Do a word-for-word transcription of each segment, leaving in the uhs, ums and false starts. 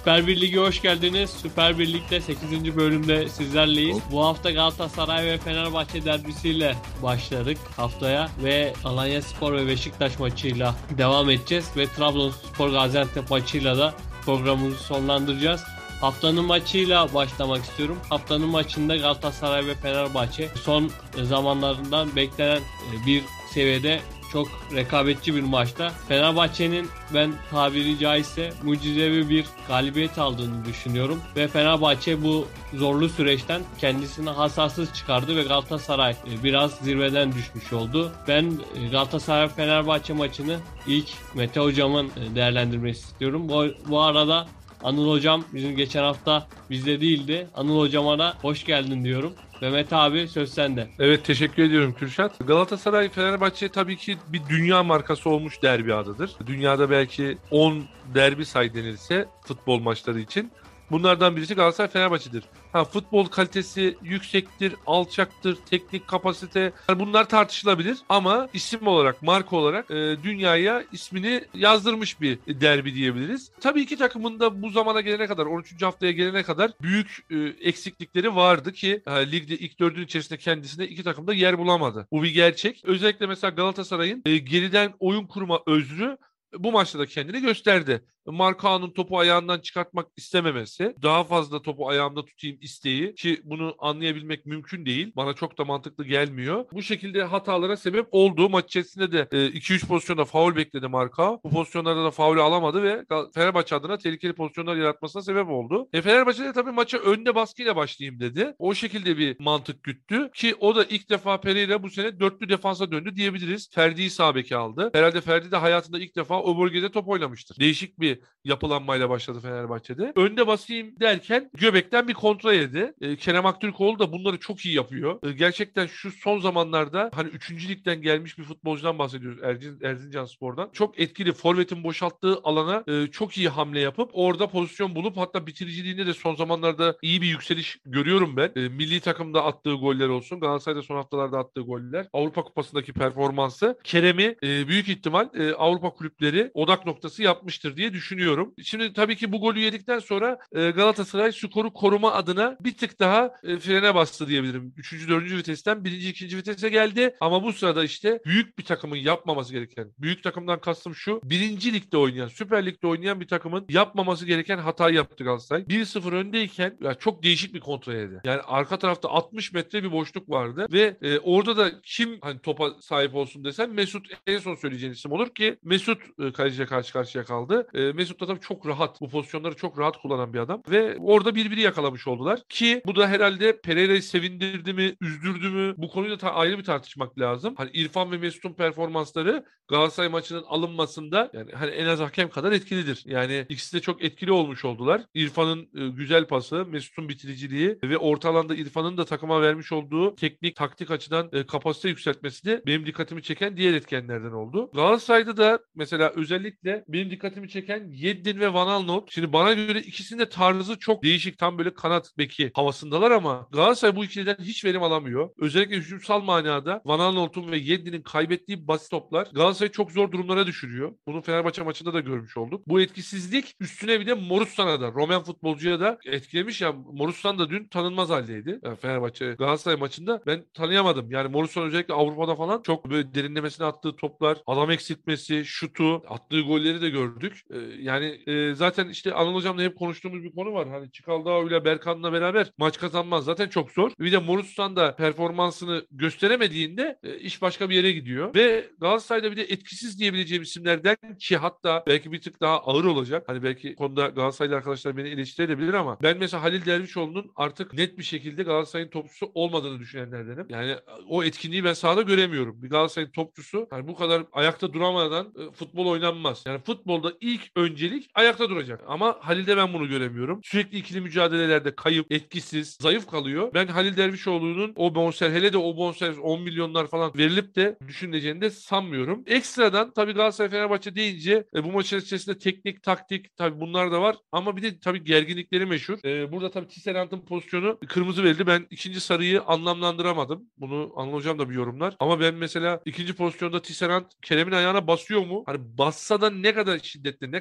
Süper Bir Lig'e hoş geldiniz. Süper Bir Lig'de sekizinci bölümde sizlerleyiz. Bu hafta Galatasaray ve Fenerbahçe derbisiyle başladık haftaya ve Alanyaspor ve Beşiktaş maçıyla devam edeceğiz ve Trabzonspor Gaziantep maçıyla da programımızı sonlandıracağız. Haftanın maçıyla başlamak istiyorum. Haftanın maçında Galatasaray ve Fenerbahçe son zamanlarından beklenen bir seviyede çok rekabetçi bir maçta. Fenerbahçe'nin ben tabiri caizse mucizevi bir galibiyet aldığını düşünüyorum. Ve Fenerbahçe bu zorlu süreçten kendisini hasarsız çıkardı ve Galatasaray biraz zirveden düşmüş oldu. Ben Galatasaray-Fenerbahçe maçını ilk Mete Hocam'ın değerlendirmesi istiyorum. Bu, bu arada Anıl Hocam bizim geçen hafta bizde değildi. Anıl Hocama da hoş geldin diyorum. Mehmet abi söz sende. Evet, teşekkür ediyorum Kürşat. Galatasaray Fenerbahçe tabii ki bir dünya markası olmuş derbi adıdır. Dünyada belki on derbi say denilse futbol maçları için bunlardan birisi Galatasaray Fenerbahçe'dir. Ha, futbol kalitesi yüksektir, alçaktır, teknik kapasite, bunlar tartışılabilir ama isim olarak, marka olarak e, dünyaya ismini yazdırmış bir derbi diyebiliriz. Tabii iki takımın da bu zamana gelene kadar, on üçüncü haftaya gelene kadar büyük e, eksiklikleri vardı ki ha, ligde ilk dördün içerisinde kendisine iki takım da yer bulamadı. Bu bir gerçek. Özellikle mesela Galatasaray'ın e, geriden oyun kurma özrü bu maçta da kendini gösterdi. Markao'nun topu ayağından çıkartmak istememesi, daha fazla topu ayağımda tutayım isteği ki bunu anlayabilmek mümkün değil. Bana çok da mantıklı gelmiyor. Bu şekilde hatalara sebep oldu. Maç içerisinde de iki üç pozisyonda faul bekledi Markao. Bu pozisyonlarda da faulü alamadı ve Fenerbahçe adına tehlikeli pozisyonlar yaratmasına sebep oldu. E Fenerbahçe de tabii maça önde baskıyla başlayayım dedi. O şekilde bir mantık güttü ki o da ilk defa Pereira bu sene dörtlü defansa döndü diyebiliriz. Ferdi'yi sağ beke aldı. Herhalde Ferdi de hayatında ilk defa o bölgede top oynamıştır. Değişik bir yapılanmayla başladı Fenerbahçe'de. Önde basayım derken göbekten bir kontra yedi. E, Kerem Aktürkoğlu da bunları çok iyi yapıyor. E, gerçekten şu son zamanlarda hani üçüncü ligden gelmiş bir futbolcudan bahsediyoruz. Erzin, Erzincanspor'dan. Çok etkili forvetin boşalttığı alana e, çok iyi hamle yapıp orada pozisyon bulup hatta bitiriciliğinde de son zamanlarda iyi bir yükseliş görüyorum ben. E, milli takımda attığı goller olsun. Galatasaray'da son haftalarda attığı goller. Avrupa Kupası'ndaki performansı Kerem'i e, büyük ihtimal e, Avrupa kulüpleri odak noktası yapmıştır diye düşünüyorum. Şimdi tabii ki bu golü yedikten sonra e, Galatasaray skoru koruma adına bir tık daha e, frene bastı diyebilirim. Üçüncü, dördüncü vitesten birinci, ikinci vitese geldi. Ama bu sırada işte büyük bir takımın yapmaması gereken, büyük takımdan kastım şu, birinci ligde oynayan, Süper Lig'de oynayan bir takımın yapmaması gereken hatayı yaptı Galatasaray. bir sıfır öndeyken ya çok değişik bir kontra yedi. Yani arka tarafta altmış metre bir boşluk vardı ve e, orada da kim hani topa sahip olsun desem Mesut en son söyleyeceğin isim olur ki Mesut e, kaleciye karşı karşıya kaldı. E, Mesut da tabii çok rahat, bu pozisyonları çok rahat kullanan bir adam ve orada birbiri yakalamış oldular ki bu da herhalde Pereira'yı sevindirdi mi, üzdürdü mü? Bu konuyu da ta- ayrı bir tartışmak lazım. Hani İrfan ve Mesut'un performansları Galatasaray maçının alınmasında yani hani en az hakem kadar etkilidir. Yani ikisi de çok etkili olmuş oldular. İrfan'ın e, güzel pası, Mesut'un bitiriciliği ve orta alanda İrfan'ın da takıma vermiş olduğu teknik, taktik açıdan e, kapasite yükseltmesi de benim dikkatimi çeken diğer etkenlerden oldu. Galatasaray'da da mesela özellikle benim dikkatimi çeken Yedlin ve Van Aanholt. Şimdi bana göre ikisinin de tarzı çok değişik. Tam böyle kanat beki havasındalar ama Galatasaray bu ikiliden hiç verim alamıyor. Özellikle hücumsal manada Van Aanholt'un ve Yedlin'in kaybettiği basit toplar Galatasaray'ı çok zor durumlara düşürüyor. Bunu Fenerbahçe maçında da görmüş olduk. Bu etkisizlik üstüne bir de Morussan'a da, Romen futbolcuya da etkilemiş ya. Morussan da dün tanınmaz haldeydi. Yani Fenerbahçe Galatasaray maçında ben tanıyamadım. Yani Morussan özellikle Avrupa'da falan çok böyle derinlemesine attığı toplar, adam eksiltmesi, şutu, attığı golleri de gördük. Ee, yani e, zaten işte Anıl Hocam'la hep konuştuğumuz bir konu var. Hani Çikaldao ile Berkan'la beraber maç kazanmaz. Zaten çok zor. Bir de Morussan da performansını gösteremediğinde e, iş başka bir yere gidiyor. Ve Galatasaray'da bir de etkisiz diyebileceğim isimlerden ki hatta belki bir tık daha ağır olacak. Hani belki konuda Galatasaraylı arkadaşlar beni eleştirebilir ama ben mesela Halil Dervişoğlu'nun artık net bir şekilde Galatasaray'ın topçusu olmadığını düşünenlerdenim. Yani o etkinliği ben sahada göremiyorum. Bir Galatasaray'ın topçusu hani bu kadar ayakta duramadan e, futbol oynanmaz. Yani futbolda ilk öncelik ayakta duracak. Ama Halil'de ben bunu göremiyorum. Sürekli ikili mücadelelerde kayıp, etkisiz, zayıf kalıyor. Ben Halil Dervişoğlu'nun o bonservis, hele de o bonservis on milyonlar falan verilip de düşünüleceğini de sanmıyorum. Ekstradan tabii Galatasaray Fenerbahçe deyince e, bu maçın içerisinde teknik, taktik tabii bunlar da var. Ama bir de tabii gerginlikleri meşhur. E, burada tabii Tisserand'ın pozisyonu kırmızı verildi. Ben ikinci sarıyı anlamlandıramadım. Bunu Anıl Hocam da bir yorumlar. Ama ben mesela ikinci pozisyonda Tisserand Kerem'in ayağına basıyor mu? Hani bassa da ne kadar şiddetli, ne kadar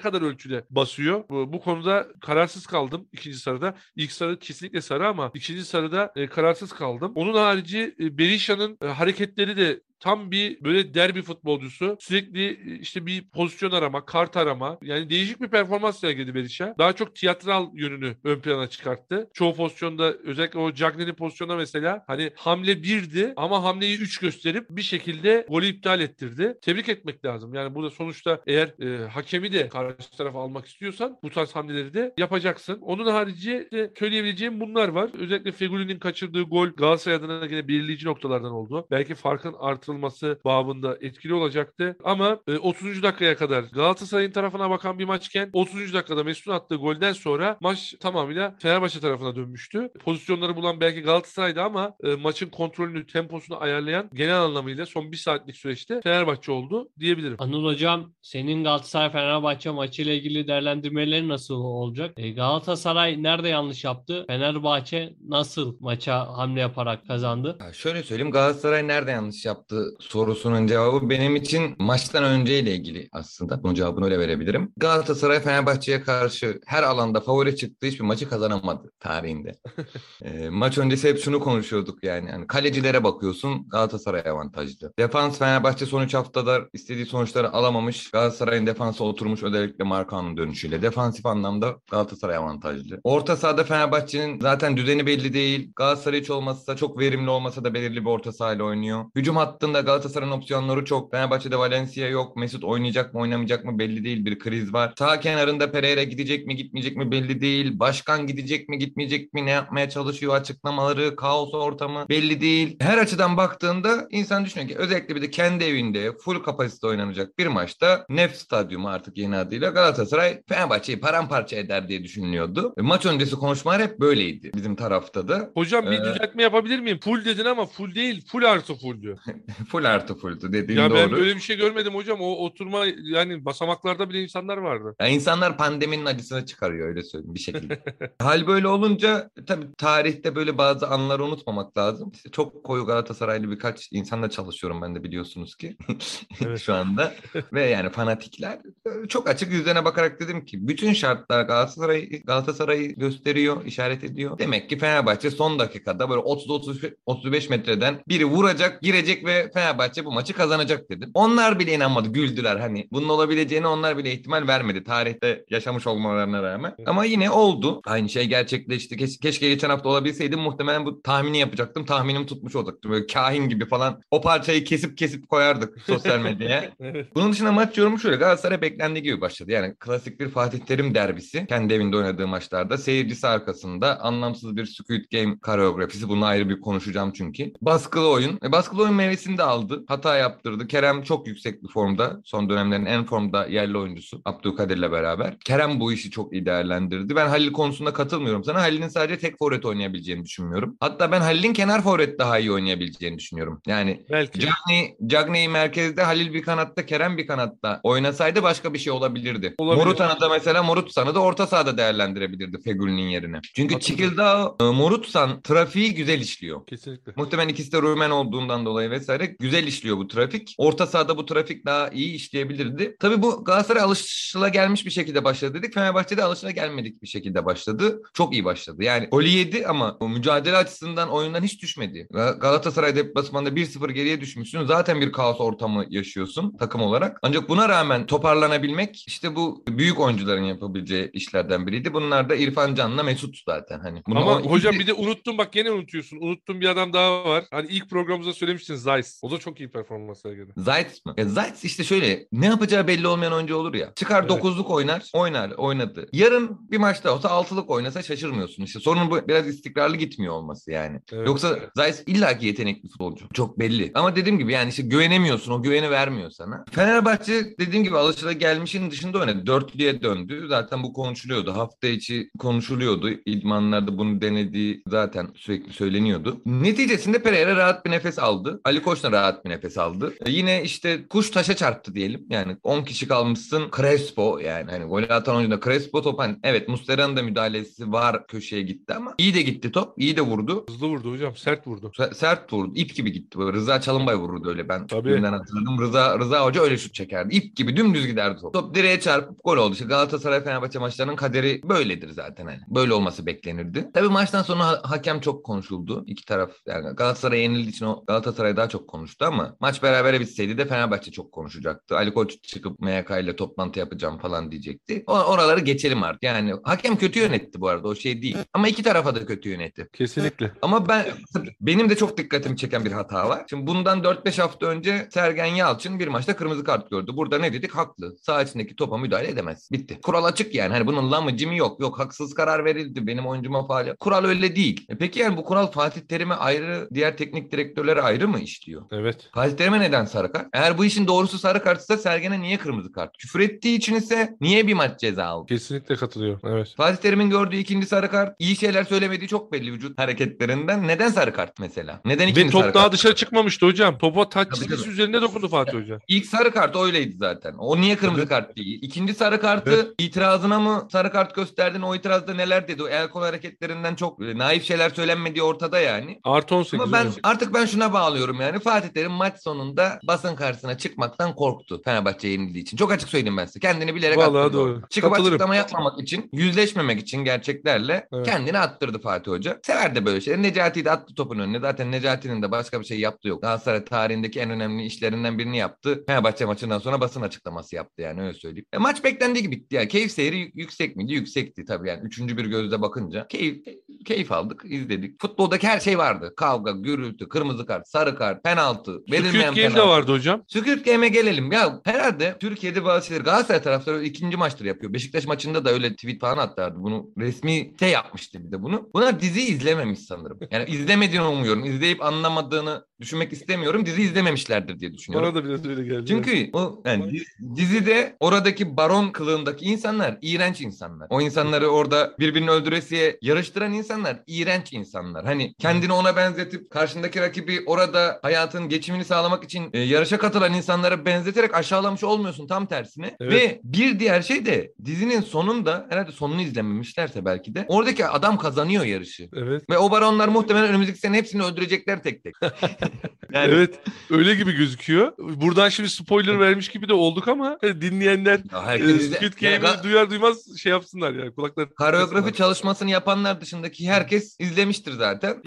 kadar ölçüde basıyor. Bu, bu konuda kararsız kaldım ikinci sarıda. İlk sarı kesinlikle sarı ama ikinci sarıda e, kararsız kaldım. Onun harici e, Berisha'nın e, hareketleri de tam bir böyle derbi futbolcusu. Sürekli işte bir pozisyon arama, kart arama. Yani değişik bir performans sergiledi Berisha. Daha çok tiyatral yönünü ön plana çıkarttı. Çoğu pozisyonda özellikle o Cagney'in pozisyonda mesela hani hamle birdi ama hamleyi üç gösterip bir şekilde golü iptal ettirdi. Tebrik etmek lazım. Yani burada sonuçta eğer e, hakemi de karşı tarafa almak istiyorsan bu tarz hamleleri de yapacaksın. Onun harici de söyleyebileceğim bunlar var. Özellikle Fegüli'nin kaçırdığı gol Galatasaray adına yine belirleyici noktalardan oldu. Belki farkın artı babında etkili olacaktı. Ama e, otuzuncu dakikaya kadar Galatasaray'ın tarafına bakan bir maçken otuzuncu dakikada Mesut'un attığı golden sonra maç tamamıyla Fenerbahçe tarafına dönmüştü. Pozisyonları bulan belki Galatasaray'dı ama e, maçın kontrolünü, temposunu ayarlayan genel anlamıyla son bir saatlik süreçte Fenerbahçe oldu diyebilirim. Anıl Hocam, senin Galatasaray-Fenerbahçe maçıyla ilgili değerlendirmeleri nasıl olacak? E, Galatasaray nerede yanlış yaptı? Fenerbahçe nasıl maça hamle yaparak kazandı? Ya şöyle söyleyeyim, Galatasaray nerede yanlış yaptı sorusunun cevabı benim için maçtan önceyle ilgili aslında. Bunun cevabını öyle verebilirim. Galatasaray Fenerbahçe'ye karşı her alanda favori çıktı. Hiçbir maçı kazanamadı tarihinde. e, maç öncesi hep şunu konuşuyorduk yani. yani. Kalecilere bakıyorsun, Galatasaray avantajlı. Defans, Fenerbahçe son üç haftada istediği sonuçları alamamış. Galatasaray'ın defansı oturmuş, özellikle Markan'ın dönüşüyle. Defansif anlamda Galatasaray avantajlı. Orta sahada Fenerbahçe'nin zaten düzeni belli değil. Galatasaray hiç olmazsa, çok verimli olmasa da belirli bir orta sahayla oynuyor. Hücum hattında Galatasaray'ın opsiyonları çok. Fenerbahçe'de Valencia yok. Mesut oynayacak mı oynamayacak mı belli değil. Bir kriz var. Sağ kenarında Pereira gidecek mi gitmeyecek mi belli değil. Başkan gidecek mi gitmeyecek mi, ne yapmaya çalışıyor, açıklamaları, kaos ortamı belli değil. Her açıdan baktığında insan düşünüyor ki özellikle bir de kendi evinde full kapasite oynanacak bir maçta Nef Stadyumu artık yeni adıyla Galatasaray Fenerbahçe'yi paramparça eder diye düşünülüyordu. E, maç öncesi konuşmalar hep böyleydi bizim tarafta da. Hocam bir Ee, düzeltme yapabilir miyim? Full dedin ama full değil. Full artı full diyor. full artı full'du dediğin Ya doğru. ben böyle bir şey görmedim hocam. O oturma yani basamaklarda bile insanlar vardı. Ya insanlar pandeminin acısını çıkarıyor, öyle söyleyeyim bir şekilde. Hal böyle olunca tabii tarihte böyle bazı anları unutmamak lazım. İşte çok koyu Galatasaraylı birkaç insanla çalışıyorum ben de, biliyorsunuz ki Evet. şu anda. Ve yani fanatikler, çok açık yüzlerine bakarak dedim ki bütün şartlar Galatasaray Galatasaray'ı gösteriyor, işaret ediyor. Demek ki Fenerbahçe son dakikada böyle otuz otuz beş metreden biri vuracak, girecek ve Fenerbahçe bu maçı kazanacak dedim. Onlar bile inanmadı, güldüler hani. Bunun olabileceğini onlar bile ihtimal vermedi tarihte yaşamış olmalarına rağmen. Ama yine oldu. Aynı şey gerçekleşti. Keş, keşke geçen hafta olabilseydim, muhtemelen bu tahmini yapacaktım. Tahminim tutmuş olacaktı. Böyle kahin gibi falan o parçayı kesip kesip koyardık sosyal medyaya. Evet. Bunun dışında maç yorumu şöyle. Galatasaray beklendiği gibi başladı. Yani klasik bir Fatih Terim derbisi. Kendi evinde oynadığı maçlarda seyircisi arkasında anlamsız bir Squid Game koreografisi. Bunu ayrı bir konuşacağım çünkü. Baskılı oyun. E, baskılı oyun meyvesini de aldı. Hata yaptırdı. Kerem çok yüksek bir formda. Son dönemlerin en formda yerli oyuncusu. Abdülkadir'le beraber. Kerem bu işi çok iyi değerlendirdi. Ben Halil konusunda katılmıyorum sana. Halil'in sadece tek forvet oynayabileceğini düşünmüyorum. Hatta ben Halil'in kenar forvet daha iyi oynayabileceğini düşünüyorum. Yani Belki. Cagney, Cagney merkezde, Halil bir kanatta, Kerem bir kanatta oynasaydı başka bir şey olabilirdi. Olabilir. Morutan'ı da mesela Morutan'ı da orta sahada değerlendirebilirdi Fegül'ün yerine. Çünkü Çikildağ, Morutan trafiği güzel işliyor. Kesinlikle. Muhtemelen ikisi de Rumen olduğundan dolayı vesaire güzel işliyor bu trafik. Orta sahada bu trafik daha iyi işleyebilirdi. Tabii bu Galatasaray alışılagelmiş bir şekilde başladı dedik. Fenerbahçe'de alışılagelmedik bir şekilde başladı. Çok iyi başladı. Yani golü yedi ama o mücadele açısından oyundan hiç düşmedi. Galatasaray deplasmanda bir sıfır geriye düşmüşsün. Zaten bir kaos ortamı yaşıyorsun takım olarak. Ancak buna rağmen toparlanabilmek işte bu büyük oyuncuların yapabileceği işlerden biriydi. Bunlar da İrfan Can'la Mesut zaten. Hani bunu Ama o hocam ikisi... bir de unuttum, bak gene unutuyorsun. Unuttum, bir adam daha var. Hani ilk programımızda söylemiştin, Zeiss. O da çok iyi performans sergiledi. Zayt mı? Ya Zayt işte şöyle, ne yapacağı belli olmayan oyuncu olur ya. Çıkar Evet. dokuzluk oynar. Oynar. Oynadı. Yarın bir maçta olsa altılık oynasa şaşırmıyorsun. İşte sorun bu, biraz istikrarlı gitmiyor olması yani. Evet. Yoksa Zayt illaki yetenekli futbolcu. Çok belli. Ama dediğim gibi yani işte güvenemiyorsun. O güveni vermiyor sana. Fenerbahçe dediğim gibi alışılagelmişin dışında oynadı. Dörtlüye döndü. Zaten bu konuşuluyordu. Hafta içi konuşuluyordu. İdmanlarda bunu denediği zaten sürekli söyleniyordu. Neticesinde Pereira rahat bir nefes aldı. Ali Koç boşuna rahat bir nefes aldı. E, yine işte kuş taşa çarptı diyelim. Yani on kişi kalmışsın. Crespo yani hani gol atan oyuncuda Crespo top hani evet Muslera'nın da müdahalesi var, köşeye gitti ama iyi de gitti top. İyi de vurdu. Hızlı vurdu hocam. Sert vurdu. S- Sert vurdu. İp gibi gitti. Böyle Rıza Çalınbay vururdu öyle. Ben Tabii. filmden hatırladım. Rıza, Rıza Hoca öyle şut çekerdi. İp gibi dümdüz giderdi top. Top direğe çarpıp gol oldu. İşte Galatasaray Fenerbahçe maçlarının kaderi böyledir zaten. Hani. Böyle olması beklenirdi. Tabii maçtan sonra ha- hakem çok konuşuldu. İki taraf yani Galatasaray yenildiği için o Galatasaray daha çok konuştu ama maç berabere bitseydi de Fenerbahçe çok konuşacaktı. Ali Koç çıkıp M Y K ile toplantı yapacağım falan diyecekti. O, oraları geçelim artık. Yani hakem kötü yönetti bu arada o şey değil. Ama iki tarafa da kötü yönetti. Kesinlikle. Ama ben benim de çok dikkatimi çeken bir hata var. Şimdi bundan dört beş hafta önce Sergen Yalçın bir maçta kırmızı kart gördü. Burada ne dedik? Haklı. Saha içindeki topa müdahale edemez. Bitti. Kural açık yani. Hani bunun lamı cimi yok. Yok haksız karar verildi. Benim oyuncuma faal. Kural öyle değil. E peki yani bu kural Fatih Terim'e ayrı, diğer teknik direktörlere ayrı mı işliyor? Evet. Fatih Terim'e neden sarı kart? Eğer bu işin doğrusu sarı kartsa Sergen'e niye kırmızı kart? Küfür ettiği için ise niye bir maç ceza aldı? Kesinlikle katılıyorum. Evet. Fatih Terim'in gördüğü ikinci sarı kart iyi şeyler söylemediği çok belli vücut hareketlerinden. Neden sarı kart mesela? Neden Ve ikinci top sarı daha kart? dışarı çıkmamıştı hocam. Topa taç Tabii, çizgisi tabii. üzerinde dokundu Fatih Hoca. İlk sarı kart öyleydi zaten. O niye kırmızı Evet. kart değil? İkinci sarı kartı Evet. itirazına mı sarı kart gösterdin? O itirazda neler dedi? O el kol hareketlerinden çok e, naif şeyler söylenmediği ortada yani. Artı on sekiz Ama ben hocam. artık ben şuna bağlıyorum yani. Fatih Terim maç sonunda basın karşısına çıkmaktan korktu Fenerbahçe yenildiği için. Çok açık söyleyeyim ben size. Kendini bilerek Vallahi attırdı. doğru. orada. Çıkıp Katılırım. açıklama yapmamak için, yüzleşmemek için gerçeklerle Evet. kendini attırdı Fatih Hoca. Sever de böyle şeyleri. Necati de attı topun önüne. Zaten Necati'nin de başka bir şey yaptığı yok. Galatasaray tarihindeki en önemli işlerinden birini yaptı. Fenerbahçe maçından sonra basın açıklaması yaptı yani öyle söyleyeyim. E, maç beklendiği gibi bitti yani. Keyif seyri yüksek miydi? Yüksekti tabii yani. Üçüncü bir gözle bakınca. Keyif, keyif aldık, izledik. Futboldaki her şey vardı. Kavga, gürültü, kırmızı kart, sarı kart, penaltı, verilmeyen Squid Game de penaltı. vardı hocam. Squid Game'e gelelim. Ya herhalde Türkiye'de bazı şeyler Galatasaray taraftarı ikinci maçtır yapıyor. Beşiktaş maçında da öyle tweet falan atlardı. Bunu resmi te yapmıştı bir de bunu. Bunlar dizi izlememiş sanırım. Yani izlemediğini umuyorum. İzleyip anlamadığını düşünmek istemiyorum. Dizi izlememişlerdir diye düşünüyorum. Bana da biraz öyle geldi. Çünkü o yani diz- dizide oradaki baron kılığındaki insanlar iğrenç insanlar. O insanları orada birbirini öldüresiye yarıştıran insanlar iğrenç insanlar. Hani kendini ona benzetip karşındaki rakibi orada hayatın geçimini sağlamak için e, yarışa katılan insanlara benzeterek aşağılamış olmuyorsun, tam tersine. Evet. Ve bir diğer şey de dizinin sonunda herhalde sonunu izlememişlerse belki de oradaki adam kazanıyor yarışı. Evet. Ve o baronlar muhtemelen önümüzdeki sene hepsini öldürecekler tek tek. Yani Evet. Öyle gibi gözüküyor. Buradan şimdi spoiler vermiş gibi de olduk ama dinleyenler ya e, herkes izle- Squid Ya Game'i ga- duyar duymaz şey yapsınlar yani. Kulakları Koreografi çalışmasını yapanlar dışındaki herkes izlemiştir zaten.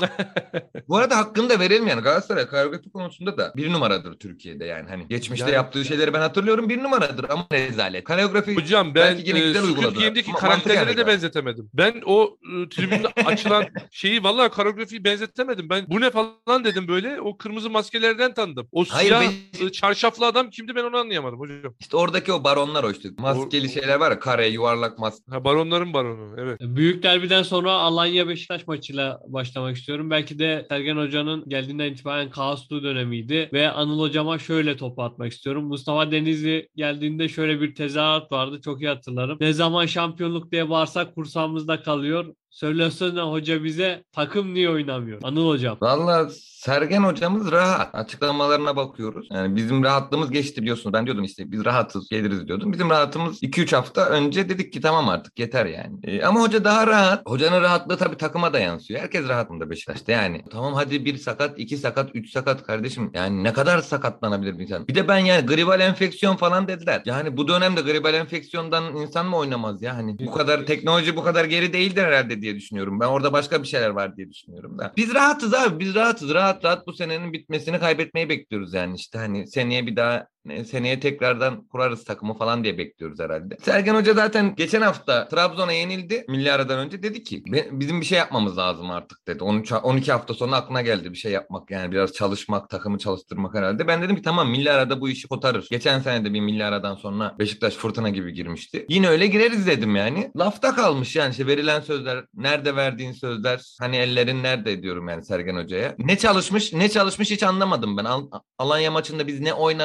Bu arada hakkını da verelim yani. Galatasaray koreografi konusunda da bir numaradır Türkiye'de yani. Hani geçmişte Yani- yaptığı şeyleri ben hatırlıyorum, bir numaradır ama rezalet. Koreografi Hocam ben belki yine e, güzel Squid uyguladılar. Game'deki Ama karakterlere mantıken de rezalet. benzetemedim. Ben o e, tribünde açılan şeyi vallahi koreografiyi benzetemedim. Ben bu ne falan dedim böyle. O kırmızı maskelerden tanıdım. O Hayır, siyah ben- e, çarşaflı adam kimdi ben onu anlayamadım hocam. İşte oradaki o baronlar o işte. Maskeli O- şeyler var ya, kare, yuvarlak maske. Ha, baronların baronu evet. Büyük derbiden sonra Alanya Beşiktaş maçıyla başlamak istiyorum. Belki de Sergen Hoca'nın geldiğinden itibaren kaoslu dönemiydi ve Anıl Hocama şöyle topu atmak istiyorum. Mustafa Denizli geldiğinde şöyle bir tezahürat vardı. Çok iyi hatırlarım. Ne zaman şampiyonluk diye bağırsak kursağımızda kalıyor. Söylesene hoca bize, takım niye oynamıyor? Anıl Hocam. Valla Sergen hocamız rahat. Açıklamalarına bakıyoruz. Yani bizim rahatlığımız geçti biliyorsunuz. Ben diyordum işte biz rahatız, geliriz diyordum. Bizim rahatımız iki üç hafta önce dedik ki tamam artık yeter yani. Ee, ama hoca daha rahat. Hocanın rahatlığı tabii takıma da yansıyor. Herkes rahat bunda Beşiktaş'ta yani. Tamam hadi bir sakat, iki sakat, üç sakat kardeşim. Yani ne kadar sakatlanabilir bir insan? Bir de ben yani gribal enfeksiyon falan dediler. Yani bu dönemde gribal enfeksiyondan insan mı oynamaz ya? Hani bu kadar teknoloji bu kadar geri değildir herhalde diye düşünüyorum. Ben orada başka bir şeyler var diye düşünüyorum da. Biz rahatız abi, biz rahatız. Rahat rahat bu senenin bitmesini kaybetmeyi bekliyoruz yani işte hani seneye bir daha seneye tekrardan kurarız takımı falan diye bekliyoruz herhalde. Sergen Hoca zaten geçen hafta Trabzon'a yenildi. Milli aradan önce dedi ki bizim bir şey yapmamız lazım artık dedi. on üç on iki hafta sonra aklına geldi bir şey yapmak yani biraz çalışmak, takımı çalıştırmak herhalde. Ben dedim ki tamam milli arada bu işi kotarır. Geçen sene de bir milli aradan sonra Beşiktaş fırtına gibi girmişti. Yine öyle gireriz dedim yani. Lafta kalmış yani işte verilen sözler, nerede verdiğin sözler, hani ellerin nerede diyorum yani Sergen Hoca'ya. Ne çalışmış, ne çalışmış hiç anlamadım ben. Al- Alanya maçında biz ne oynadık, ne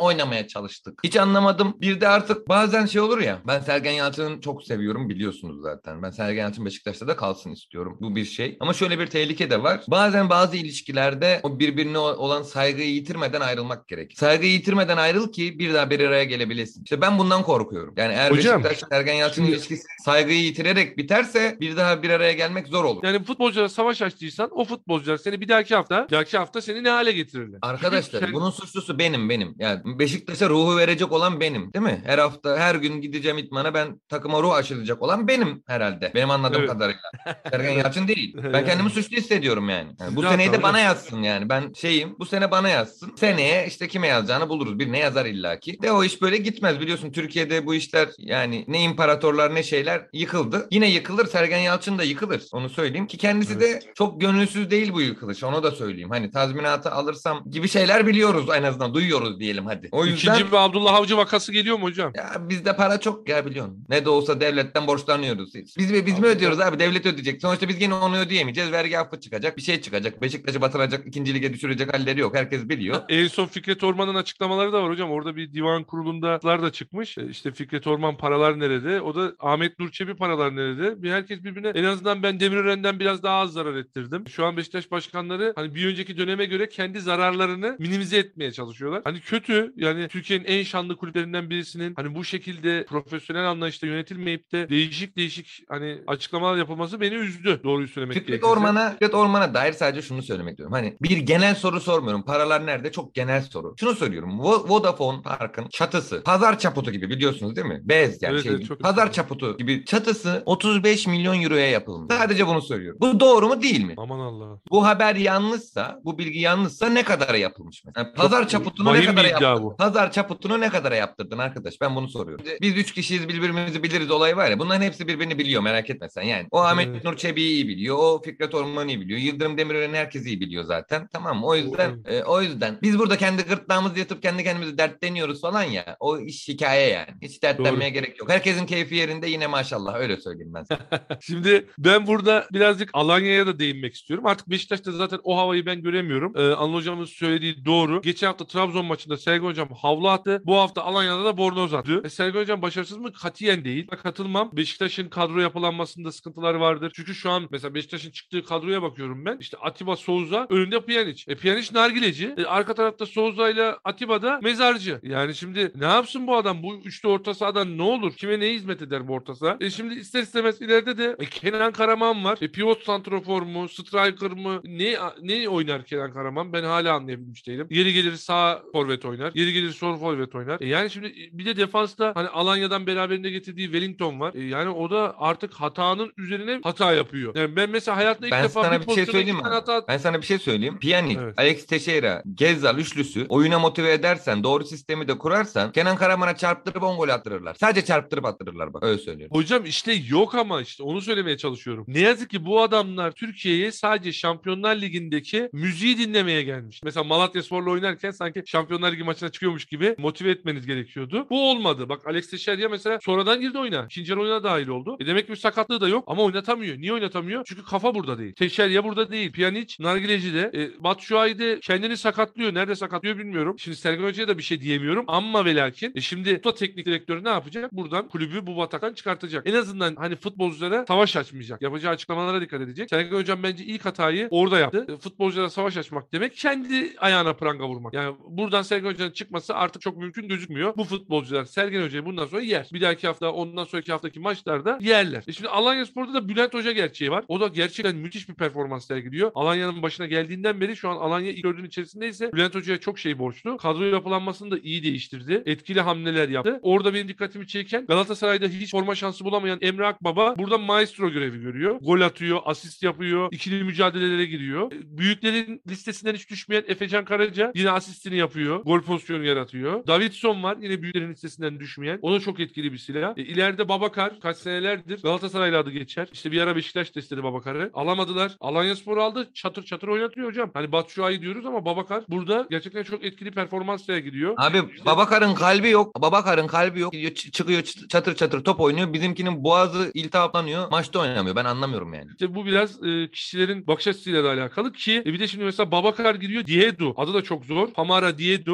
oynamaya çalıştık. Hiç anlamadım. Bir de artık bazen şey olur ya. Ben Sergen Yalçın'ı çok seviyorum biliyorsunuz zaten. Ben Sergen Yalçın Beşiktaş'ta da kalsın istiyorum. Bu bir şey. Ama şöyle bir tehlike de var. Bazen bazı ilişkilerde o birbirine olan saygıyı yitirmeden ayrılmak gerek. Saygıyı yitirmeden ayrıl ki bir daha bir araya gelebilesin. İşte ben bundan korkuyorum. Yani eğer Hocam, Beşiktaş Sergen Yalçın şimdi- ilişkisi saygıyı yitirerek biterse bir daha bir araya gelmek zor olur. Yani futbolculara savaş açtıysan o futbolcular seni bir dahaki hafta, bir dahaki hafta seni ne hale getirirler? Arkadaşlar Çünkü sen- bunun suçlusu benim benim. Yani Beşiktaş'a ruhu verecek olan benim, değil mi? Her hafta her gün gideceğim idmana, ben takıma ruh aşılayacak olan benim herhalde. Benim anladığım Evet. kadarıyla. Sergen Evet. Yalçın değil. Ben Yani. kendimi suçlu hissediyorum yani. Yani bu Rahat seneyi de ol, bana hocam. yazsın yani. Ben şeyim. Bu sene bana yazsın. Seneye işte kime yazacağını buluruz. Birine yazar illaki. De o iş böyle gitmez. Biliyorsun Türkiye'de bu işler yani ne imparatorlar ne şeyler yıkıldı. Yine yıkılır. Sergen Yalçın da yıkılır. Onu söyleyeyim ki kendisi Evet. de çok gönülsüz değil bu yıkılış. Onu da söyleyeyim. Hani tazminatı alırsam gibi şeyler biliyoruz en azından. Duyuyoruz diyelim hadi. O yüzden İkinci bir Abdullah Avcı vakası geliyor mu hocam? ya bizde para çok ya biliyorsun. Ne de olsa devletten borçlanıyoruz. Biz mi, biz mi Abi, ödüyoruz abi? Devlet ödeyecek. Sonuçta biz yine onu ödeyemeyeceğiz. Vergi affı çıkacak. Bir şey çıkacak. Beşiktaş'ı batıracak. İkinci lige düşürecek halleri yok. Herkes biliyor. En son Fikret Orman'ın açıklamaları da var hocam. Orada bir divan kurulundalar da çıkmış. E, İşte Fikret Orman paralar nerede? O da Ahmet Nur Çebi paralar nerede? Bir herkes birbirine, en azından ben Demirören'den biraz daha az zarar ettirdim. Şu an Beşiktaş başkanları hani bir önceki döneme göre kendi zararlarını minimize etmeye çalışıyorlar. Hani kötü, yani Türkiye'nin en şanlı kulüplerinden birisinin hani bu şekilde profesyonel anlayışla yönetilmeyip de değişik değişik hani açıklamalar yapılması beni üzdü. Doğruyu söylemek Fikret gerekirse. Orman'a, Fikret Orman'a dair sadece şunu söylemek istiyorum. Hani bir genel soru sormuyorum. Paralar nerede? Çok genel soru. Şunu soruyorum. Vo- Vodafone Park'ın çatısı pazar çaputu gibi, biliyorsunuz değil mi? Bez yani Evet, şey. evet, çok Pazar güzel. çaputu gibi çatısı otuz beş milyon euroya yapılmış. Sadece bunu söylüyorum. Bu doğru mu değil mi? Aman Allah. Bu haber yanlışsa, bu bilgi yanlışsa ne kadara yapılmış mesela? Yani pazar Çok çaputunu ne vahim bir kadara iddia yaptırdın? bu. Pazar çaputunu ne kadara yaptırdın arkadaş? Ben bunu soruyorum. Biz üç kişiyiz, birbirimizi biliriz olayı var ya. Bunların hepsi birbirini biliyor, merak etme sen yani. O Ahmet Evet. Nur Çebi'yi iyi biliyor. O Fikret Orman'ı iyi biliyor. Yıldırım Demirören'i herkes iyi biliyor zaten. Tamam mı? O yüzden Doğru. e, o yüzden biz burada kendi gırtlağımızı yatıp kendi kendimizi dertleniyoruz falan ya. O iş hikaye yani. Hiç dertlenmeye gerek yok. Herkesin keyfi yerinde yine maşallah, öyle söyleyeyim ben sana. Şimdi ben burada birazcık Alanya'ya da değinmek istiyorum. Artık Beşiktaş'ta zaten o havayı ben göremiyorum. Ee, Anıl Hocam'ın söylediği doğru. Geçen hafta Trabzon maçında Sergen Hocam havlu attı. Bu hafta Alanya'da da bornoz attı. E, Sergen Hocam başarısız mı? Katiyen değil. Ben katılmam. Beşiktaş'ın kadro yapılanmasında sıkıntılar vardır. Çünkü şu an mesela Beşiktaş'ın çıktığı kadroya bakıyorum ben. İşte Atiba, Souza, önünde Pjanic. E Pjanic nargileci. E, arka tarafta Souza ile Atiba da mezarcı. Yani şimdi ne yapsın bu adam? Bu üçlü orta sahadan ne olur? Kime ne hizmet eder bu orta saha? E şimdi ister istemez ileride de e, Kenan Karaman var. E, pivot santrofor mu? Striker mı? Ne ne oynar Kenan Karaman? Ben hala anlayabilmiş değilim. Yeri gelir sağ forvet oynar. Yeri gelir sol forvet oynar. E, yani şimdi bir de defansta hani Alanya'dan beraberinde getirdiği Wellington var. E, yani o da artık hatanın üzerine hata yapıyor. Yani ben mesela hayatımda ilk Ben defa sana bir bir şey pozisyonda söyleyeyim iki mi? tane abi? hata. Ben sana bir şey söyleyeyim. Pjanic, Evet. Alex Teixeira, Gezzal üçlüsü oyuna motive edersen, doğru sistemi de kurarsan Kenan Karaman'a çarptırıp on gol attırırlar. Sadece çarptırıp attırırlar bak, öyle söylüyorum. Hocam işte yok ama işte onu söylemeye çalışıyorum. Ne yazık ki bu adamlar Türkiye'ye sadece Şampiyonlar Ligi'ndeki müziği dinlemeye gelmiş. Mesela Malatyaspor'la oynarken sanki Şampiyonlar Ligi maçına çıkıyormuş gibi motive etmeniz gerekiyordu. Bu olmadı. Bak Alex Teixeira mesela sonradan girdi oyuna. İkinci yarı oyuna dahil oldu. E demek ki bir sakatlığı da yok ama oynatamıyor. Niye oynatamıyor? Çünkü kafa burada değil. Teixeira burada değil. Pjanic, Nargileci de. E, Batshuayi de kendini sakatlıyor. Nerede sakatlıyor bilmiyorum. Şimdi Sergen Hoca'ya da bir şey diyemiyorum. Ama ve lakin e şimdi bu teknik direktörü ne yapacak? Buradan kulübü bu bataktan çıkartacak. En azından hani futbolculara savaş açmayacak. Yapacağı açıklamalara dikkat edecek. Sergen Hocam bence ilk hatayı orada yaptı. E, futbolculara savaş açmak demek kendi ayağına pranga vurmak. Yani buradan Sergen Hoca'nın çıkması artık çok mümkün gözükmüyor. Bu futbolcular Sergen Hoca'yı bundan sonra yer. Bir dahaki hafta, ondan sonraki haftaki maçlarda yerler. E şimdi Alanyaspor'da da Bülent Hoca gerçeği var. O da gerçekten müthiş bir performans sergiliyor. Alanya'nın başına geldiğinden beri şu an Alanya ilk dördün içerisindeyse Bülent Hoca'ya çok şey borçlu. Kadro yapılanmasını da iyi değiştirdi. Etkili hamleler yaptı. Orada benim dikkatimi çeken Galatasaray'da hiç forma şansı bulamayan Emre Akbaba burada maestro görevi görüyor. Gol atıyor, asist yapıyor, ikili mücadelelere giriyor. Büyüklerin listesinden hiç düşmeyen Efecan Karaca yine asistini yapıyor. Gol pozisyonu yaratıyor. Davidson var yine büyüklerin listesinden düşmeyen. O da çok etkili bir silah. E, ileride Babakar kaç senelerdir Galatasaray'la adı geçer. İşte bir ara Beşiktaş da istedi Babakar'ı. Alamadılar. Alanyaspor aldı. Çatır çatır oynatıyor hocam. Hani Batshuayi diyoruz ama Babakar burada gerçekten çok etkili performans sergiliyor. Abi İşte- Babakar'ın kalbi yok. Babakar'ın kalbi yok. Gidiyor, ç- çıkıyor ç- çatır çatır top oynuyor. Bizimkinin boğazı iltihaplanıyor. Maçta oynamıyor. Ben anlamıyorum yani. İşte bu biraz e, kişilerin bakış açısıyla da alakalı ki e, bir de şimdi mesela Babakar giriyor Diedu. Adı da çok zor. Pamara Diedu. O da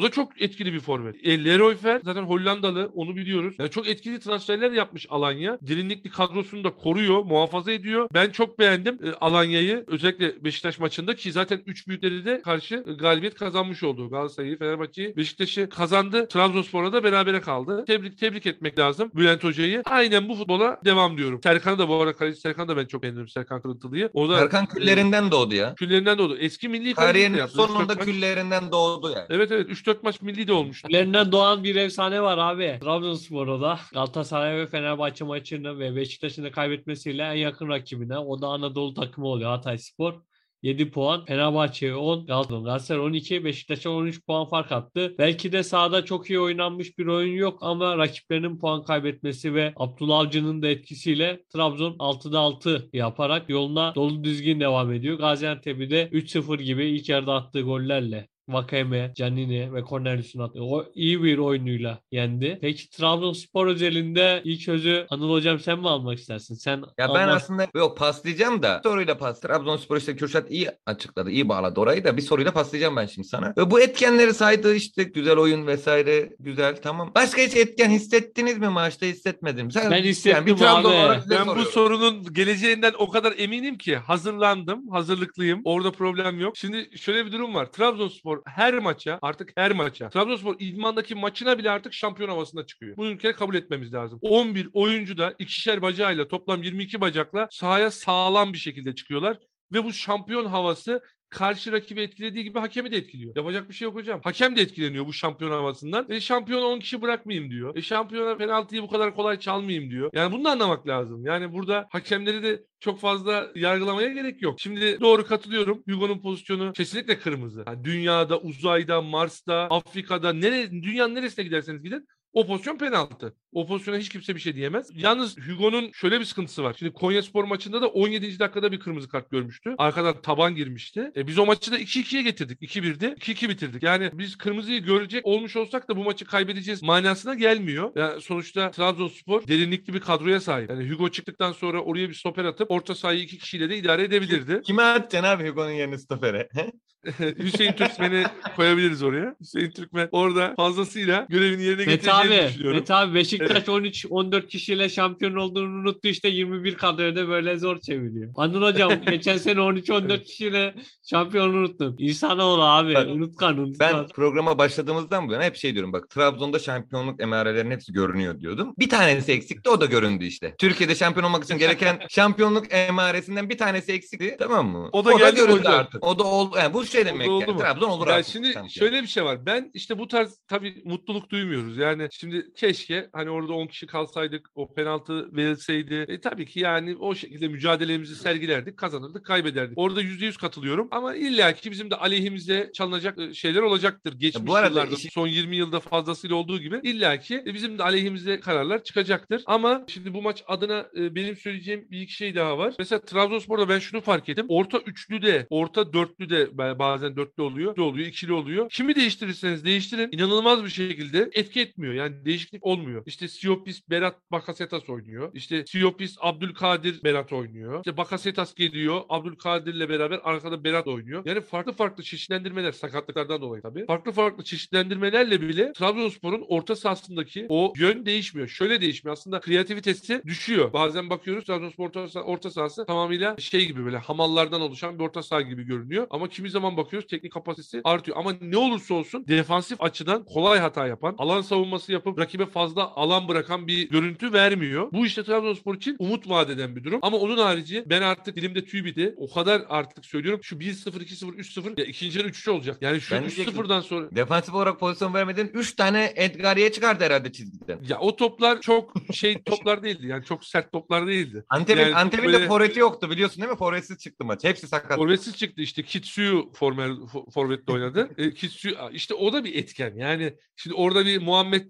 da çok etkili bir forvet. E, Leroy Fer zaten Hollandalı, onu biliyoruz. Yani çok etkili transferler yapmış Alanya. Derinlikli kadrosunu da koruyor, muhafaza ediyor. Ben çok beğendim e, Alanya'yı. Özellikle Beşiktaş maçında ki zaten üç büyükleri de karşı e, galibiyet kazanmış oldu. Galatasaray'ı, Fenerbahçe'yi, Beşiktaş'ı kazandı. Trabzonspor'a da berabere kaldı. Tebrik tebrik etmek lazım Bülent Hoca'yı. Aynen bu futbola devam diyorum. Serkan'ı da bu arada kaleci Serkan'ı da ben çok beğendim, Serkan Kırıntılı'yı. O da Serkan küllerinden doğdu ya. küllerinden doğdu. Eski milli kaleci de Kariyerinin yaptı. sonunda üç dört maç. küllerinden doğdu yani. Evet evet üç dört maç milli de olmuş. Küllerinden doğan bir efsane var abi. Trabzonspor'da da Galatasaray ve Fenerbahçe maçını ve Beşiktaş'ın da kaybetmesiyle en yakın rakibine, o da Anadolu takımı oluyor, Hatayspor. yedi puan. Fenerbahçe'ye on. Galatasaray on iki. Beşiktaş'a on üç puan fark attı. Belki de sahada çok iyi oynanmış bir oyun yok ama rakiplerinin puan kaybetmesi ve Abdullah Avcı'nın da etkisiyle Trabzon altıda altı yaparak yoluna dolu düzgün devam ediyor. Gaziantep'i de üç sıfır gibi ilk yarıda attığı gollerle, Vakeme, Canini ve Cornelius'un attığı o iyi bir oyunuyla yendi. Peki Trabzonspor özelinde ilk sözü Anıl Hocam sen mi almak istersin? Sen Ya ben almak- aslında yok paslayacağım da soruyla pas. Trabzonspor işte Kürşat iyi açıkladı, iyi bağladı orayı da bir soruyla paslayacağım ben şimdi sana. Ve bu etkenleri saydı işte güzel oyun vesaire güzel tamam. Başka hiç etken hissettiniz mi maçta, hissetmedin mi? Sen, Ben hissettim bir Trabzon abi. olarak size Ben bu soruyorum. sorunun geleceğinden o kadar eminim ki hazırlandım, hazırlıklıyım. Orada problem yok. Şimdi şöyle bir durum var. Trabzonspor her maça, artık her maça, Trabzonspor idmandaki maçına bile artık şampiyon havasına çıkıyor. Bunu ülkede kabul etmemiz lazım. on bir oyuncu da ikişer bacağıyla toplam yirmi iki bacakla sahaya sağlam bir şekilde çıkıyorlar. Ve bu şampiyon havası karşı rakibi etkilediği gibi hakemi de etkiliyor. Yapacak bir şey yok hocam. Hakem de etkileniyor bu şampiyon havasından. E şampiyona on kişi bırakmayayım diyor. E şampiyona penaltıyı bu kadar kolay çalmayayım diyor. Yani bunu da anlamak lazım. Yani burada hakemleri de çok fazla yargılamaya gerek yok. Şimdi doğru katılıyorum. Hugo'nun pozisyonu kesinlikle kırmızı. Yani dünyada, uzayda, Mars'ta, Afrika'da, nere, dünyanın neresine giderseniz gidin o pozisyon penaltı. O pozisyona hiç kimse bir şey diyemez. Yalnız Hugo'nun şöyle bir sıkıntısı var. Şimdi Konyaspor maçında da on yedinci dakikada bir kırmızı kart görmüştü. Arkadan taban girmişti. E biz o maçı da iki ikiye getirdik. iki birdi. iki iki bitirdik. Yani biz kırmızıyı görecek olmuş olsak da bu maçı kaybedeceğiz manasına gelmiyor. Yani sonuçta Trabzonspor derinlikli bir kadroya sahip. Yani Hugo çıktıktan sonra oraya bir stoper atıp orta sahayı iki kişiyle de idare edebilirdi. Kime atacaksın abi Hugo'nun yerine stopere? Hüseyin Türkmen'i koyabiliriz oraya. Hüseyin Türkmen orada fazlasıyla görevini yerine Mete getireceğini abi, düşünüyorum. Mete abi Beşiktaş on üç on dört kişiyle şampiyon olduğunu unuttu, işte yirmi bir kadroda böyle zor çeviriyor. Anıl Hocam geçen sene on üç on dört kişiyle şampiyon unuttun. İnsanoğlu abi, Bak, unutkan unutkan. Ben programa başladığımızdan bu yana hep şey diyorum bak Trabzon'da şampiyonluk emarelerinin hepsi görünüyor diyordum. Bir tanesi eksikti, o da göründü işte. Türkiye'de şampiyon olmak için gereken şampiyonluk emaresinden bir tanesi eksikti, tamam mı? O da geldi göründü hocam. artık. O da oldu. Yani bu şey demek oldu yani. mu? Trabzon olur Ya artık. şimdi şampiyon. şöyle bir şey var. Ben işte bu tarz tabii mutluluk duymuyoruz. Yani şimdi keşke hani orada on kişi kalsaydık, o penaltı verilseydi. E tabii ki yani o şekilde mücadelemizi sergilerdik, kazanırdık, kaybederdik. Orada yüzde yüz katılıyorum ama illaki bizim de aleyhimize çalınacak e, şeyler olacaktır. Geçmiş bu arada yıllarda, işi- son yirmi yılda fazlasıyla olduğu gibi illaki e, bizim de aleyhimize kararlar çıkacaktır. Ama şimdi bu maç adına e, benim söyleyeceğim bir iki şey daha var. Mesela Trabzonspor'da ben şunu fark ettim. Orta üçlü de, orta dörtlü de bazen dörtlü oluyor, dörtlü oluyor, ikili oluyor. Kimi değiştirirseniz değiştirin inanılmaz bir şekilde etki etmiyor. Yani değişiklik olmuyor. İşte Siopis, Berat, Bakasetas oynuyor. İşte Siopis, Abdülkadir, Berat oynuyor. İşte Bakasetas geliyor. Abdülkadir'le beraber arkada Berat oynuyor. Yani farklı farklı çeşitlendirmeler, sakatlıklardan dolayı tabii. Farklı farklı çeşitlendirmelerle bile Trabzonspor'un orta sahasındaki o yön değişmiyor. Şöyle değişmiyor. Aslında kreativitesi düşüyor. Bazen bakıyoruz Trabzonspor orta, orta sahası tamamıyla şey gibi böyle hamallardan oluşan bir orta saha gibi görünüyor. Ama kimi zaman bakıyoruz teknik kapasitesi artıyor. Ama ne olursa olsun defansif açıdan kolay hata yapan, alan savunması yapıp rakibe fazla alan bırakan bir görüntü vermiyor. Bu işte Trabzonspor için umut vaat eden bir durum. Ama onun harici ben artık dilimde tüy bitti. O kadar artık söylüyorum. Şu bir sıfır, iki sıfır, üç sıfır ya ikinci yarı üç üç olacak. Yani şu Ben üç diyecektim. sıfırdan sonra Defansif olarak pozisyon vermedin. üç tane Edgari'ye çıkardı herhalde çizgiden. ya o toplar çok şey toplar değildi. Yani çok sert toplar değildi. Antep'in Yani Antep'in böyle- de forveti yoktu biliyorsun değil mi? Forvetsiz çıktı maç. Hepsi sakat. Forvetsiz çıktı işte Kitsuyu former, forvetle oynadı. e, Kitsuyu işte o da bir etken. Yani şimdi orada bir Muhammed Demir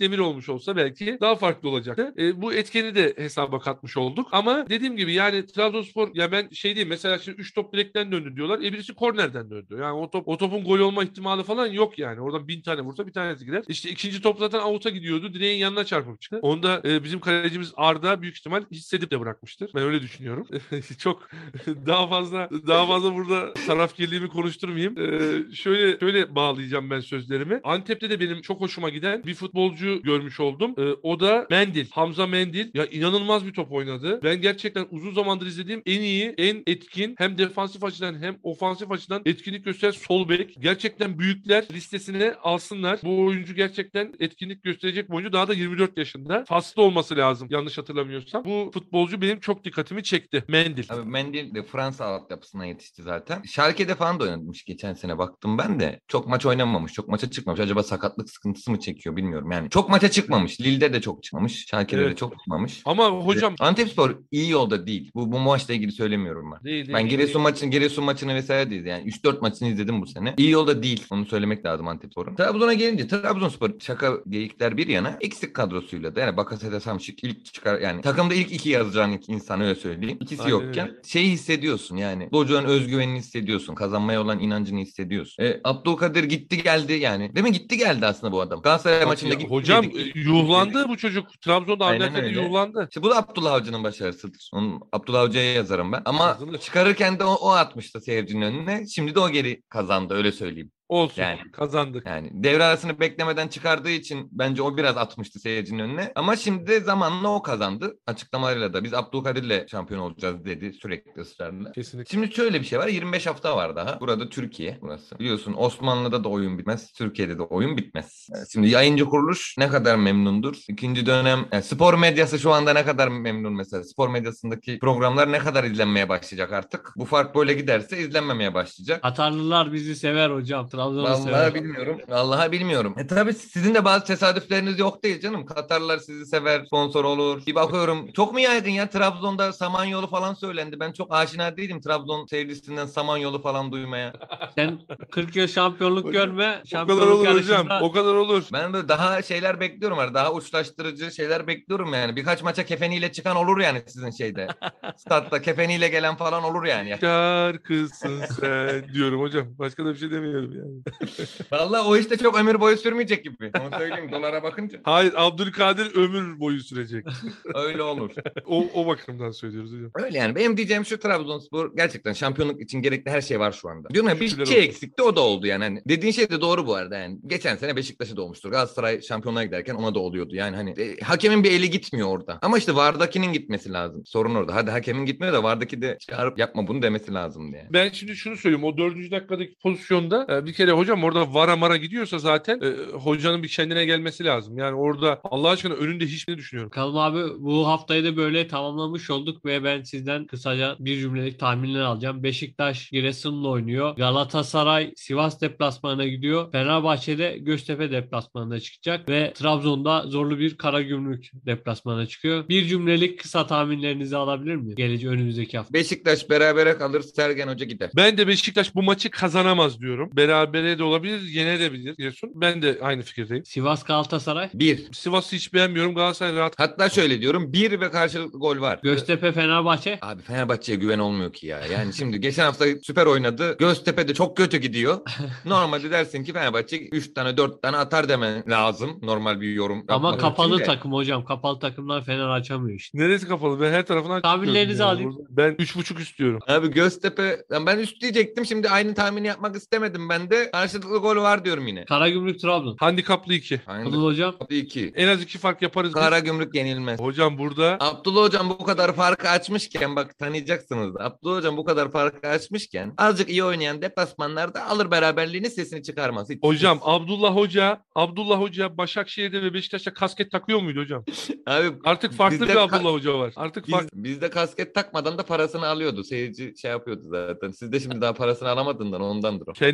Demir olmuş olsa belki daha farklı olacaktı. E, bu etkeni de hesaba katmış olduk. Ama dediğim gibi yani Trabzonspor, ya ben şey diyeyim, mesela şimdi üç top direkten döndü diyorlar. E birisi kornerden döndü. Yani o top o topun gol olma ihtimali falan yok yani. Oradan bin tane vursa bir tanesi gider. İşte ikinci top zaten avuta gidiyordu. Direğin yanına çarpıp çıktı. Onda e, bizim kalecimiz Arda büyük ihtimal hissedip de bırakmıştır. Ben öyle düşünüyorum. Çok daha fazla daha fazla burada tarafkirliğimi konuşturmayayım. E, şöyle şöyle bağlayacağım ben sözlerimi. Antep'te de benim çok hoşuma giden bir futbolcu görmüş oldum. E, o da Mendil. Hamza Mendil. Ya inanılmaz bir top oynadı. Ben gerçekten uzun zamandır izlediğim en iyi, en etkin, hem defansif açıdan hem ofansif açıdan etkinlik gösteren sol bek. Gerçekten büyükler listesine alsınlar. Bu oyuncu gerçekten etkinlik gösterecek bir oyuncu. Daha da yirmi dört yaşında. Faslı olması lazım yanlış hatırlamıyorsam. Bu futbolcu benim çok dikkatimi çekti. Mendil. Abi Mendy de Fransa altyapısından yetişti zaten. Schalke'de falan da oynamış geçen sene, baktım ben de. Çok maç oynamamış, çok maça çıkmamış. Acaba sakatlık sıkıntısı mı çekiyor bilmiyorum yani. Çok maça çıkmamış. Lille'de de çok çıkmamış. Schalke'de Evet. de çok çıkmamış. Ama hocam Antepspor iyi yolda değil. Bu, bu maçla ilgili söylemiyorum ben. değil, değil, Ben Giresun değil. maçını, Giresun maçını vesaire değil. Yani üç dört maçını izledim bu sene. İyi yolda değil. Onu söylemek lazım Antepspor'un. Trabzon'a gelince Trabzonspor, şaka geyikler bir yana, eksik kadrosuyla da yani Bakasetas Hamşik ilk çıkar yani takımda ilk iki yazacağın insan, öyle söyleyeyim. İkisi Aynen yokken öyle. şeyi hissediyorsun yani. Futbolcuların özgüvenini hissediyorsun. Kazanmaya olan inancını hissediyorsun. E, Abdülkadir gitti geldi yani. Değil mi? Gitti geldi aslında bu adam. Galatasaray maçında Ya gitti hocam dedik. e, yuhlandı bu çocuk. Trabzon'da Aynen Avni Aker'de öyle. yuhlandı. İşte bu da Abdullah Avcı'nın başarısıdır. Onun, Abdullah Avcı'ya yazarım ben. Ama Yazılır. çıkarırken de o, o atmıştı seyircinin önüne. Şimdi de o geri kazandı, öyle söyleyeyim. Olsun. Yani. Kazandık. Yani devre arasını beklemeden çıkardığı için bence o biraz atmıştı seyircinin önüne. Ama şimdi de zamanla o kazandı. Açıklamalarıyla da biz Abdülkadir'le şampiyon olacağız dedi sürekli ısrarla. Kesinlikle. Şimdi şöyle bir şey var. yirmi beş hafta var daha. Burada Türkiye burası. Biliyorsun Osmanlı'da da oyun bitmez. Türkiye'de de oyun bitmez. Yani şimdi yayıncı kuruluş ne kadar memnundur? İkinci dönem yani spor medyası şu anda ne kadar memnun mesela? Spor medyasındaki programlar ne kadar izlenmeye başlayacak artık? Bu fark böyle giderse izlenmemeye başlayacak. Katarlılar bizi sever hocam. Trabzon'u Vallahi sever. bilmiyorum. Vallahi bilmiyorum. E tabii sizin de bazı tesadüfleriniz yok değil canım. Katarlar sizi sever, sponsor olur. Bir bakıyorum çok mu yaygın ya, Trabzon'da Samanyolu falan söylendi. Ben çok aşina değilim Trabzon sevgilisinden Samanyolu falan duymaya. Sen kırk yıl şampiyonluk Hocam, görme. O kadar Şampiyonluk olur hocam. yarışında O kadar olur. Ben böyle daha şeyler bekliyorum. Hani daha uçlaştırıcı şeyler bekliyorum yani. Birkaç maça kefeniyle çıkan olur yani sizin şeyde. Statta kefeniyle gelen falan olur yani. Şarkısın sen diyorum hocam. Başka da bir şey demiyorum yani. Vallahi o işte çok ömür boyu sürmeyecek gibi. Onu söyleyeyim dolara bakınca. Hayır, Abdülkadir ömür boyu sürecek. Öyle olur. O, o bakımdan söylüyoruz hocam. Öyle yani. Benim diyeceğim şu: Trabzonspor gerçekten şampiyonluk için gerekli her şey var şu anda. Diyorum ya, bir Şükürler şey olsun. eksikti, o da oldu yani. Hani dediğin şey de doğru bu arada yani. Geçen sene Beşiktaş'a da olmuştur. Galatasaray şampiyonluğa giderken ona da oluyordu. Yani hani e, hakemin bir eli gitmiyor orada. Ama işte VAR'dakinin gitmesi lazım. Sorun orada. Hadi hakemin gitmiyor da VAR'daki de çağırıp yapma bunu demesi lazım diye. Ben şimdi şunu söyleyeyim. O dördüncü dakikadaki pozisyonda e, bir kere hocam orada vara mara gidiyorsa zaten e, hocanın bir kendine gelmesi lazım. Yani orada Allah aşkına önünde hiçbirini düşünüyorum. Bakalım abi, bu haftayı da böyle tamamlamış olduk ve ben sizden kısaca bir cümlelik tahminler alacağım. Beşiktaş Giresun'la oynuyor. Galatasaray Sivas deplasmanına gidiyor. Fenerbahçe'de Göztepe deplasmanına çıkacak ve Trabzon'da zorlu bir Karagümrük deplasmanına çıkıyor. Bir cümlelik kısa tahminlerinizi alabilir miyim? Geleceği önümüzdeki hafta. Beşiktaş berabere kalır, Sergen Hoca gider. Ben de Beşiktaş bu maçı kazanamaz diyorum. Berabere de olabilir, yenebilir diyorsun. Ben de aynı fikirdeyim. Sivas Galatasaray. Bir. Sivas'ı hiç beğenmiyorum. Galatasaray rahat. Hatta şöyle diyorum, bir ve karşılıklı gol var. Göztepe Fenerbahçe. Abi Fenerbahçe'ye güven olmuyor ki ya. Yani şimdi geçen hafta süper oynadı. Göztepe de çok kötü gidiyor. Normalde dersin ki Fenerbahçe üç tane dört tane atar demen lazım. Normal bir yorum Ama yapmak kapalı için de. takım hocam. Kapalı takımlar Fener açamıyor işte. Neresi kapalı? Ben her tarafından Tahminlerinizi çıkıyorum alayım. burada. Ben üç buçuk istiyorum. Abi Göztepe, ben üst diyecektim. Şimdi aynı tahmini yapmak istemedim ben de. Karşılıklı gol var diyorum yine. Karagümrük Trabzon. Handikaplı iki. Aynı. Anıl hocam. iki. En az iki fark yaparız biz. Karagümrük yenilmez. Hocam burada Abdullah Hocam bu kadar farkı açmışken, bak tanıyacaksınız da. Abdullah Hocam bu kadar farkı açmışken azıcık iyi oynayan deplasmanlarda alır beraberliğini, sesini çıkarmaz. Hiç. hocam Abdullah Hoca Abdullah Hoca Başakşehir'de ve Beşiktaş'ta kasket takıyor muydu hocam? Abi Artık farklı bizde bir ka- Abdullah Hoca var. Artık Biz, farklı. bizde kasket takmadan da parasını alıyordu. Seyirci şey yapıyordu zaten. Sizde şimdi daha parasını alamadığından ondandır o. Kendi istemiyor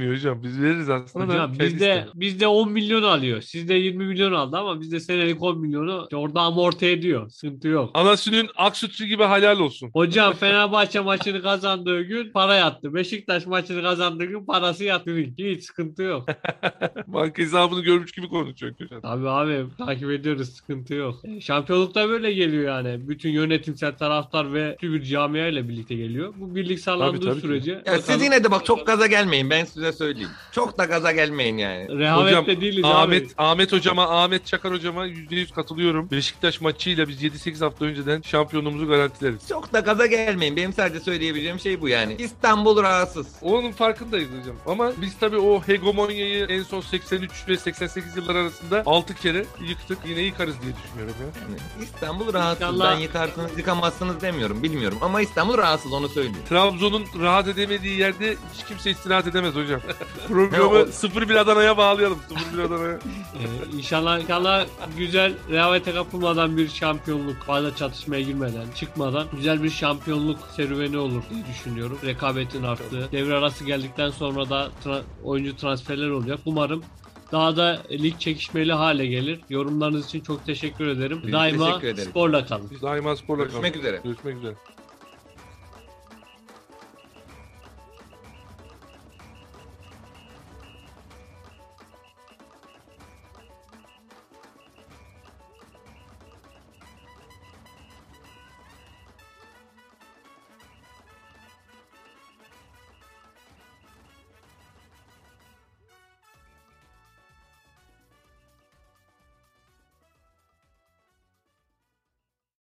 istemiyor hocam. Biz veririz aslında da. Hocam kendi bizde istemiyor. bizde on milyon alıyor. Sizde yirmi milyon aldı ama bizde senelik on milyonu işte orada amorti ediyor. Sıkıntı yok. Anasının ak sütü gibi halal olsun. Hocam Fenerbahçe maçını kazandığı gün para yattı. Beşiktaş maçını kazandığı gün parası yattı. Hiç sıkıntı yok. Banka hesabını görmüş gibi konuşuyor Kürşat. Abi abi takip ediyoruz, sıkıntı yok. E, Şampiyonlukta böyle geliyor yani. Bütün yönetimsel taraftar ve tüm bir camia ile birlikte geliyor. Bu birlik sağlandığı Tabii, tabii ki. sürece Ya bakalım. siz yine de bak çok gaza gelmeyin, ben size söyleyeyim. Çok da gaza gelmeyin yani. Rehavette Hocam değiliz Ahmet abi. Ahmet hocama, Ahmet Çakar hocama yüzde yüz katılıyorum. Beşiktaş maçıyla biz yedi sekiz hafta önceden şampiyonluğumuzu garantileriz. Çok da gaza gelmeyin. Benim sadece söyleyebileceğim şey bu yani. İstanbul rahatsız. Onun farkındayız hocam. Ama biz tabii o hegemonyayı en son seksen üç ve seksen sekiz yıllar arasında altı kere yıktık. Yine yıkarız diye düşünüyorum ya. Yani İstanbul rahatsız. İnşallah- Ben yıkarsınız yıkamazsınız demiyorum. Bilmiyorum ama İstanbul rahatsız, onu söyleyeyim. Trabzon'un rahat edemediği yerde hiç kimse istirahat edemez hocam. Ya Programı o- sıfır bir Adana'ya bağlayalım. sıfır bir Adana'ya. Ee, inşallah, inşallah güzel rehavete kapılmadan bir şampiyonluk, fazla çatışmaya girmeden, çıkmadan güzel bir şampiyonluk serüveni olur diye düşünüyorum. Rekabetin arttığı. Devre arası geldikten sonra da tra- oyuncu transferler olacak. Umarım daha da lig çekişmeli hale gelir. Yorumlarınız için çok teşekkür ederim. Biz Daima teşekkür ederiz. sporla kalın. Biz daima sporla Görüşmek kalın. üzere. Görüşmek üzere.